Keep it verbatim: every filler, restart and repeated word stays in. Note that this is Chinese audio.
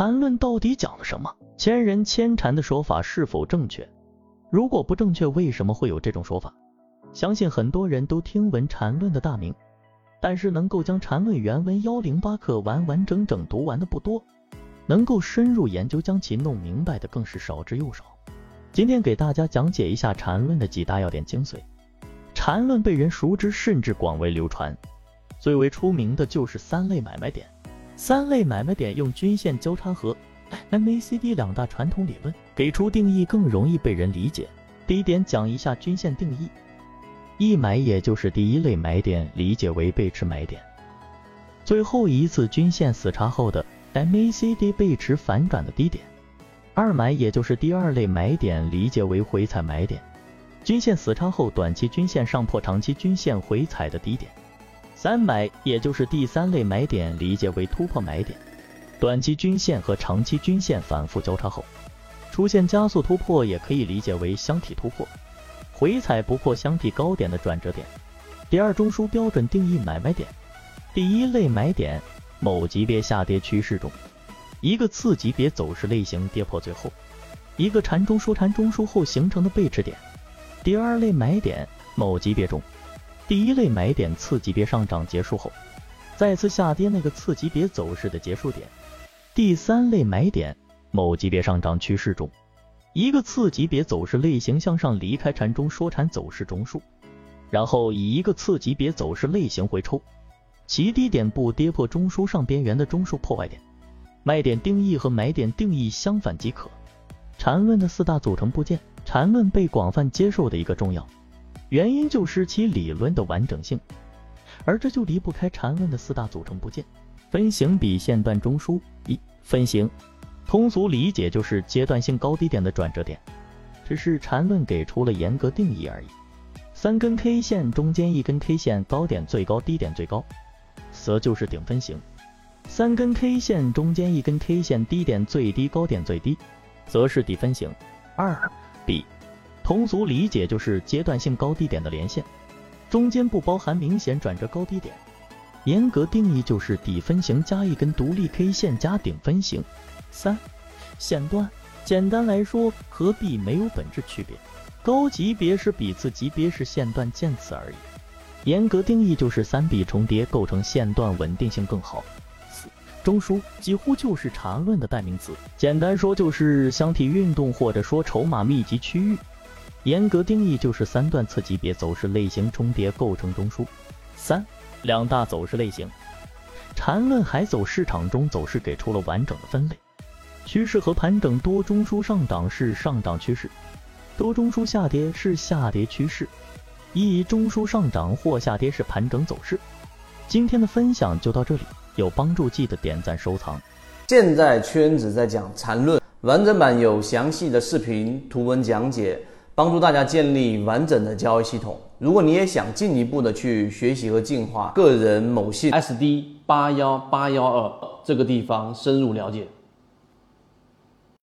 缠论到底讲了什么？千人千缠的说法是否正确？如果不正确，为什么会有这种说法？相信很多人都听闻缠论的大名，但是能够将缠论原文一零八课完完整整读完的不多，能够深入研究将其弄明白的更是少之又少。今天给大家讲解一下缠论的几大要点精髓。缠论被人熟知甚至广为流传，最为出名的就是三类买卖点。三类买卖点用均线交叉和 M A C D 两大传统理论给出定义，更容易被人理解。第一点，讲一下均线定义。一买也就是第一类买点，理解为背驰买点，最后一次均线死叉后的 M A C D 背驰反转的低点。二买也就是第二类买点，理解为回踩买点，均线死叉后短期均线上破长期均线回踩的低点。三买也就是第三类买点，理解为突破买点，短期均线和长期均线反复交叉后出现加速突破，也可以理解为箱体突破，回踩不破箱体高点的转折点。第二，中枢标准定义买卖点。第一类买点，某级别下跌趋势中，一个次级别走势类型跌破最后一个缠中枢缠中枢后形成的背驰点。第二类买点，某级别中第一类买点次级别上涨结束后再次下跌那个次级别走势的结束点。第三类买点，某级别上涨趋势中，一个次级别走势类型向上离开缠中说缠走势中枢，然后以一个次级别走势类型回抽，其低点部跌破中枢上边缘的中枢破坏点。卖点定义和买点定义相反即可。缠论的四大组成部件，缠论被广泛接受的一个重要原因就是其理论的完整性，而这就离不开缠论的四大组成部件。分型比线段中枢。一、分型通俗理解就是阶段性高低点的转折点，只是缠论给出了严格定义而已。三根 K 线中间一根 K 线高点最高低点最高，则就是顶分型。三根 K 线中间一根 K 线低点最低高点最低，则是底分型。二、B通俗理解就是阶段性高低点的连线，中间不包含明显转折高低点。严格定义就是底分型加一根独立 K 线加顶分型。三、线段简单来说和 B 没有本质区别，高级别是比次级别是线段，见此而已。严格定义就是三 B 重叠构成线段，稳定性更好。四、中枢几乎就是缠论的代名词，简单说就是箱体运动或者说筹码密集区域。严格定义就是三段次级别走势类型重叠构成中枢。三、两大走势类型。缠论还走市场中走势给出了完整的分类，趋势和盘整。多中枢上涨是上涨趋势，多中枢下跌是下跌趋势，一中枢上涨或下跌是盘整走势。今天的分享就到这里，有帮助记得点赞收藏。 现在圈子在讲缠论，完整版有详细的视频图文讲解，帮助大家建立完整的交易系统。如果你也想进一步的去学习和进化，个人某信 S D 八一八一二这个地方深入了解。